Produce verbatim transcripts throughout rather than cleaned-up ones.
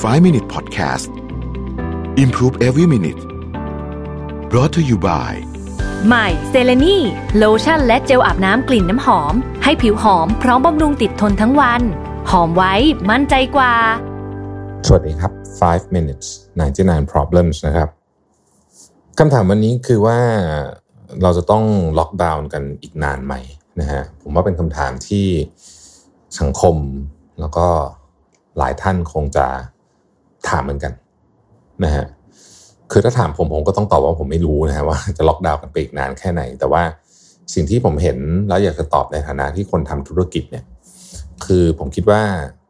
five minute podcast Improve every minute brought to you by ใหม่เซเลนีโลชั่นและเจลอาบน้ำกลิ่นน้ำหอมให้ผิวหอมพร้อมบำรุงติดทนทั้งวันหอมไว้มั่นใจกว่าสวัสดีครับfive minutes ninety-nine problems นะครับคำถามวันนี้คือว่าเราจะต้องล็อกดาวน์กันอีกนานไหมนะฮะผมว่าเป็นคำถามที่สังคมแล้วก็หลายท่านคงจะถามเหมือนกันนะฮะคือถ้าถามผมผมก็ต้องตอบว่าผมไม่รู้นะฮะว่าจะล็อกดาวน์กันไปอีกนานแค่ไหนแต่ว่าสิ่งที่ผมเห็นแล้วอยากจะตอบในฐานะที่คนทำธุรกิจเนี่ยคือผมคิดว่า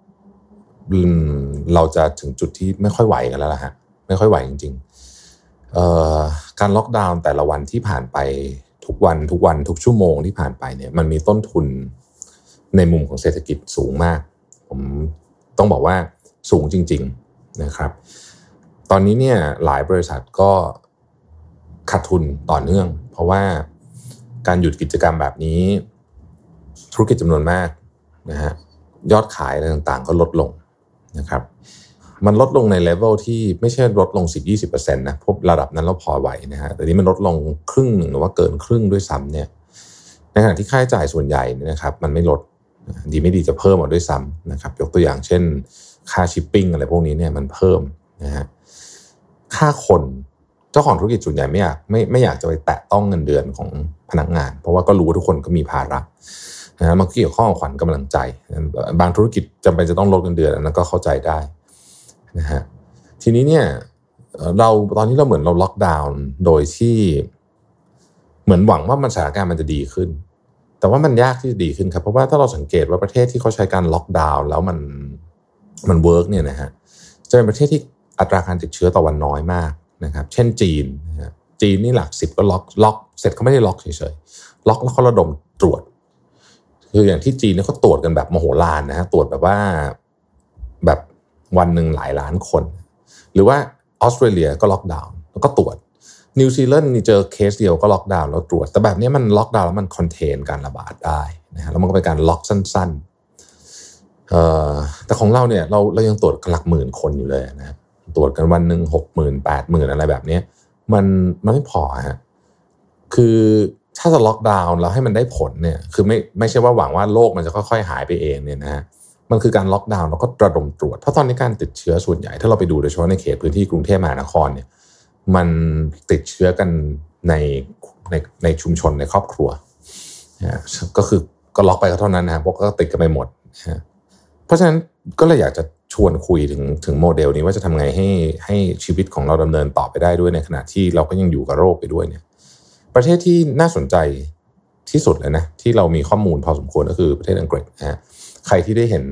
เราจะถึงจุดที่ไม่ค่อยไหวกันแล้วล่ะฮะไม่ค่อยไหวจริงๆเอ่อการล็อกดาวน์แต่ละวันที่ผ่านไปทุกวันทุกวันทุกชั่วโมงที่ผ่านไปเนี่ยมันมีต้นทุนในมุมของเศรษฐกิจสูงมากผมต้องบอกว่าสูงจริงๆนะครับตอนนี้เนี่ยหลายบริษัทก็ขาดทุนต่อเนื่องเพราะว่าการหยุดกิจกรรมแบบนี้ธุรกิจจำนวนมากนะฮะยอดขายอะไรต่างๆก็ลดลงนะครับมันลดลงในเลเวลที่ไม่ใช่ลดลง สิบถึงยี่สิบเปอร์เซ็นต์ นะพบระดับนั้นเราพอไหวนะฮะแต่นี้มันลดลงครึ่งหนึ่งหรือว่าเกินครึ่งด้วยซ้ำเนี่ยในขณะที่ค่าใช้จ่ายส่วนใหญ่เนี่ยนะครับมันไม่ลดดีไม่ดีจะเพิ่มมาด้วยซ้ำนะครับยกตัวอย่างเช่นค่าชิปปิ้งอะไรพวกนี้เนี่ยมันเพิ่มนะฮะค่าคนเจ้าของธุรกิจส่วนใหญ่ไม่อยากไม่ไม่อยากจะไปแตะต้องเงินเดือนของพนักงานเพราะว่าก็รู้ว่าทุกคนก็มีภาระนะฮะมันเกี่ยวข้องกับขวัญกำลังใจบางธุรกิจจำเป็นจะต้องลดเงินเดือนอันนั้นก็เข้าใจได้นะฮะทีนี้เนี่ยเราตอนนี้เราเหมือนเราล็อกดาวน์โดยที่เหมือนหวังว่ามันสถานการณ์มันจะดีขึ้นแต่ว่ามันยากที่จะดีขึ้นครับเพราะว่าถ้าเราสังเกตว่าประเทศที่เขาใช้การล็อกดาวน์แล้วมันมันเวิร์กเนี่ยนะฮะจะเป็นประเทศที่อัตราการติดเชื้อต่อวันน้อยมากนะครับเช่นจีนนะฮะจีนนี่หลักสิบก็ล็อกล็อกเสร็จเขาไม่ได้ล็อกเฉยๆล็อกแล้วเขาระดมตรวจคืออย่างที่จีนเนี่ยเขาตรวจกันแบบมโหฬารนะฮะตรวจแบบว่าแบบวันหนึ่งหลายล้านคนหรือว่าออสเตรเลียก็ล็อกดาวน์แล้วก็ตรวจนิวซีแลนด์นี่เจอเคสเดียวก็ล็อกดาวน์แล้วตรวจแต่แบบนี้มันล็อกดาวน์แล้วมันคอนเทนการระบาดได้นะฮะแล้วมันก็เป็นการล็อกสั้นๆเอ่อแต่ของเราเนี่ยเราเรายังตรวจหลักหมื่นคนอยู่เลยนะตรวจกันวันหนึ่งหกหมื่นแปดหมื่นอะไรแบบนี้มันมันไม่พอฮะคือถ้าจะล็อกดาวน์แล้วให้มันได้ผลเนี่ยคือไม่ไม่ใช่ว่าหวังว่าโรคมันจะค่อยๆหายไปเองเนี่ยนะฮะมันคือการล็อกดาวน์แล้วก็ระดมตรวจเพราะตอนนี้การติดเชื้อส่วนใหญ่ถ้าเราไปดูโดยเฉพาะในเขตพื้นที่กรุงเทพมหานครเนี่ยมันติดเชื้อกันในในในชุมชนในครอบครัวนะก็คือก็ล็อกไปก็เท่านั้นนะพวกก็ติดกันไปหมดนะเพราะฉะนั้นก็เลยอยากจะชวนคุยถึงถึงโมเดลนี้ว่าจะทำไงให้ให้ชีวิตของเราดำเนินต่อไปได้ด้วยในขณะที่เราก็ยังอยู่กับโรคไปด้วยเนี่ยประเทศที่น่าสนใจที่สุดเลยนะที่เรามีข้อมูลพอสมควรก็คือประเทศอังกฤษนะฮะใครที่ได้เห็น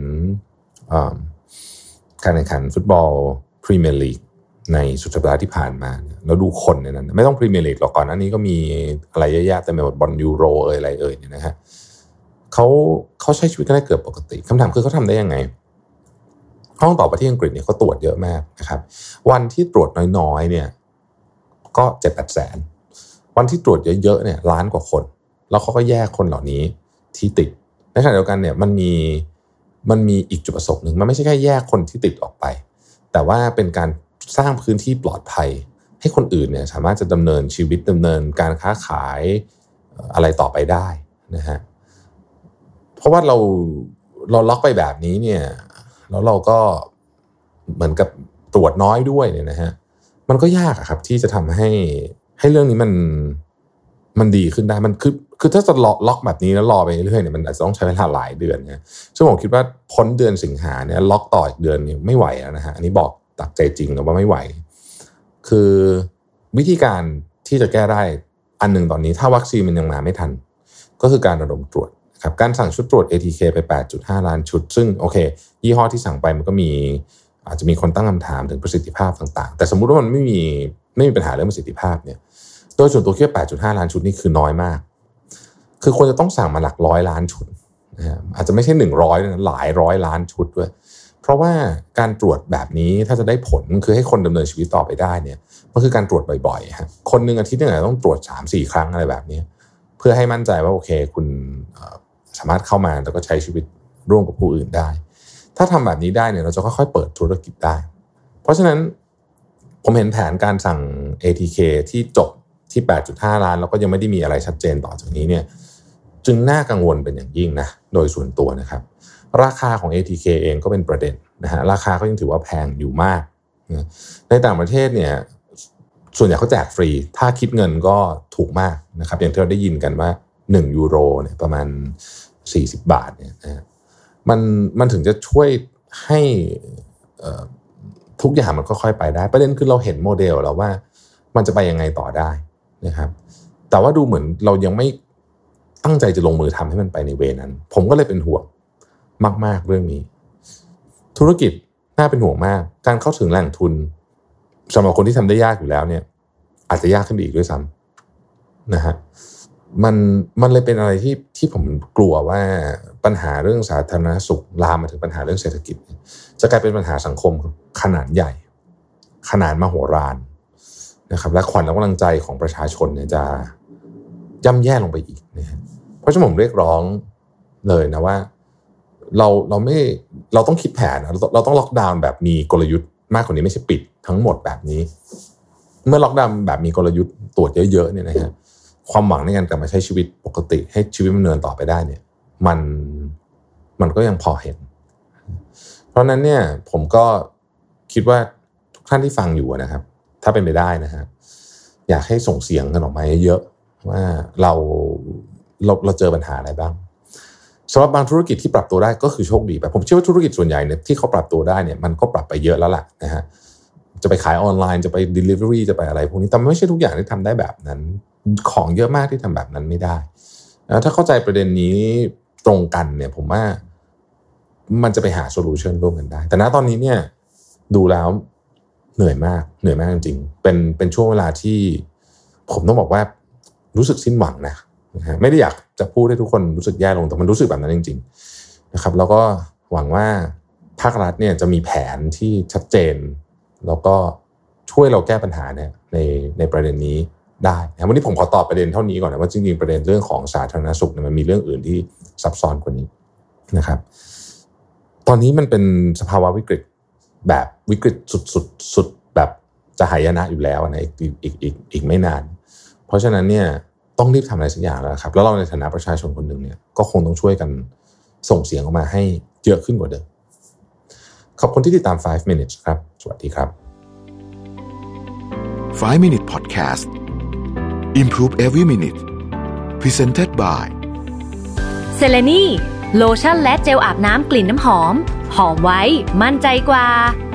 การแข่งขันฟุตบอลพรีเมียร์ลีกในสุดสัปดาห์ที่ผ่านมาแล้วดูคนในนั้นไม่ต้องพรีเมียร์ลีกหรอกก่อนหน้านี้ก็มีอะไรเยอะแยะแต่ไม่หมดบอลยูโรเอ่ยอะไรเอ่ยเนี่ยนะฮะเขาเขาใช้ชีวิตกันได้เกือบปกติคำถามคือเขาทำได้ยังไงห้องต่อไปที่อังกฤษเนี่ยเขาตรวจเยอะมากนะครับวันที่ตรวจน้อยๆเนี่ยก็เจ็ดแปดแสนวันที่ตรวจเยอะๆเนี่ยล้านกว่าคนแล้วเขาก็แยกคนเหล่านี้ที่ติดในขณะเดียวกันเนี่ยมันมีมันมีอีกจุดประสงค์หนึ่งมันไม่ใช่แค่แยกคนที่ติดออกไปแต่ว่าเป็นการสร้างพื้นที่ปลอดภัยให้คนอื่นเนี่ยสามารถจะดำเนินชีวิตดำเนินการค้าขายอะไรต่อไปได้นะฮะเพราะว่าเราเราล็อกไปแบบนี้เนี่ยแล้วเราก็เหมือนกับตรวจน้อยด้วยเนี่ยนะฮะมันก็ยากอะครับที่จะทำให้ให้เรื่องนี้มันมันดีขึ้นได้มันคือคือถ้าจะล็อกล็อกแบบนี้แล้วรอไปเรื่อยๆเนี่ยมันอาจจะต้องใช้เวลาหลายเดือนนะซึ่งผมคิดว่าพ้นเดือนสิงหาเนี่ยล็อกต่ออีกเดือนนี่ไม่ไหวแล้วนะฮะอันนี้บอกตักใจจริงนะว่าไม่ไหวคือวิธีการที่จะแก้ได้อันหนึ่งตอนนี้ถ้าวัคซีนมันยังมาไม่ทันก็คือการระดมตรวจครับการสั่งชุดตรวจ เอ ที เค ไป แปดจุดห้า ล้านชุดซึ่งโอเคยี่ห้อที่สั่งไปมันก็มีอาจจะมีคนตั้งคำถามถึงประสิทธิภาพต่างๆแต่สมมุติว่ามันไม่มีไม่มีปัญหาเรื่องประสิทธิภาพเนี่ยโดยส่วนตัวคิดว่า แปดจุดห้า ล้านชุดนี่คือน้อยมากคือควรจะต้องสั่งมาหลักร้อยล้านชุดนะฮะอาจจะไม่ใช่หนึ่งร้อยนะหลายร้อยล้านชุดด้วยเพราะว่าการตรวจแบบนี้ถ้าจะได้ผลคือให้คนดำเนินชีวิตต่อไปได้เนี่ยมันคือการตรวจบ่อยๆฮะคนนึงอาทิตย์นึงอาจจะต้องตรวจ สามสี่ ครั้งอะไรแบบนี้เพื่อให้มั่นใจว่าโอเคคุณสามารถเข้ามาแล้วก็ใช้ชีวิตร่วมกับผู้อื่นได้ถ้าทำแบบนี้ได้เนี่ยเราจะค่อยๆเปิดธุรกิจได้เพราะฉะนั้นผมเห็นแผนการสั่ง เอ ที เค ที่จบที่ แปดจุดห้า ล้านแล้วก็ยังไม่ได้มีอะไรชัดเจนต่อจากนี้เนี่ยจึงน่ากังวลเป็นอย่างยิ่งนะโดยส่วนตัวนะครับราคาของ เอ ที เค เองก็เป็นประเด็นนะฮะราคาก็ยังถือว่าแพงอยู่มากนะในต่างประเทศเนี่ยส่วนใหญ่เขาแจกฟรีถ้าคิดเงินก็ถูกมากนะครับอย่างที่เราได้ยินกันว่าหนึ่งยูโรเนี่ยประมาณสี่สิบบาทเนี่ยนะมันมันถึงจะช่วยให้ทุกอย่างมันค่อยๆไปได้ประเด็นคือเราเห็นโมเดลแล้วว่ามันจะไปยังไงต่อได้นะครับแต่ว่าดูเหมือนเรายังไม่ตั้งใจจะลงมือทำให้มันไปในเวนั้นผมก็เลยเป็นห่วงมากๆเรื่องนี้ธุรกิจน่าเป็นห่วงมากการเข้าถึงแหล่งทุนสำหรับคนที่ทำได้ยากอยู่แล้วเนี่ยอาจจะยากขึ้นไปอีกด้วยซ้ำนะฮะมันมันเลยเป็นอะไรที่ที่ผมกลัวว่าปัญหาเรื่องสาธารณสุขลามมาถึงปัญหาเรื่องเศรษฐกิจจะกลายเป็นปัญหาสังคมขนาดใหญ่ขนาดมโหฬารนะครับและขวัญและกำลังใจของประชาชนเนี่ยจะย่ำแย่ลงไปอีกนะฮะเพราะฉะนั้นผมเรียกร้องเลยนะว่าเราเราไม่เราต้องคิดแผนเราเราต้องล็อกดาวน์แบบมีกลยุทธ์มากกว่านี้ไม่ใช่ปิดทั้งหมดแบบนี้เมื่อล็อกดาวน์แบบมีกลยุทธ์ตรวจเยอะๆเนี่ยนะฮะความหวังในการกลับมาใช้ชีวิตปกติให้ชีวิตมันเดินต่อไปได้เนี่ยมันมันก็ยังพอเห็นเพราะนั้นเนี่ยผมก็คิดว่าทุกท่านที่ฟังอยู่นะครับถ้าเป็นไปได้นะฮะอยากให้ส่งเสียงกันออกมาเยอะๆว่าเราเราเราเจอปัญหาอะไรบ้างสำหรับบางธุรกิจที่ปรับตัวได้ก็คือโชคดีไปผมเชื่อว่าธุรกิจส่วนใหญ่เนี่ยที่เขาปรับตัวได้เนี่ยมันก็ปรับไปเยอะแล้วล่ะนะฮะจะไปขายออนไลน์จะไป delivery จะไปอะไรพวกนี้แต่ไม่ใช่ทุกอย่างที่ทำได้แบบนั้นของเยอะมากที่ทำแบบนั้นไม่ได้แล้วถ้าเข้าใจประเด็นนี้ตรงกันเนี่ยผมว่ามันจะไปหาโซลูชันร่วมกันได้แต่ณตอนนี้เนี่ยดูแล้วเหนื่อยมากเหนื่อยมากจริงๆเป็นเป็นช่วงเวลาที่ผมต้องบอกว่ารู้สึกสิ้นหวังนะนะฮะไม่ได้อยากจะพูดให้ทุกคนรู้สึกแย่ลงแต่มันรู้สึกแบบนั้นจริงๆนะครับแล้วก็หวังว่าภาครัฐเนี่ยจะมีแผนที่ชัดเจนแล้วก็ช่วยเราแก้ปัญหาเนี่ยในในประเด็นนี้ได้นะวันนี้ผมขอตอบประเด็นเท่านี้ก่อนนะว่าจริงๆประเด็นเรื่องของสาธารณสุขเนี่ยมันมีเรื่องอื่นที่ซับซ้อนกว่านี้นะครับตอนนี้มันเป็นสภาวะวิกฤตแบบวิกฤตสุดๆสุดแบบจะหายนะอยู่แล้วนะอีกอีกอีกอีกไม่นานเพราะฉะนั้นเนี่ยต้องรีบทำอะไรสักอย่างแล้วครับแล้วเราในฐานะประชาชนคนหนึ่งเนี่ยก็คงต้องช่วยกันส่งเสียงออกมาให้เยอะขึ้นกว่าเดิมขอบคุณที่ติดตามไฟว์ minutes ครับสวัสดีครับไฟว์ minute podcast Improve every minute Presented by เซเลนีโลชั่นและเจลอาบน้ำกลิ่นน้ำหอมหอมไว้มั่นใจกว่า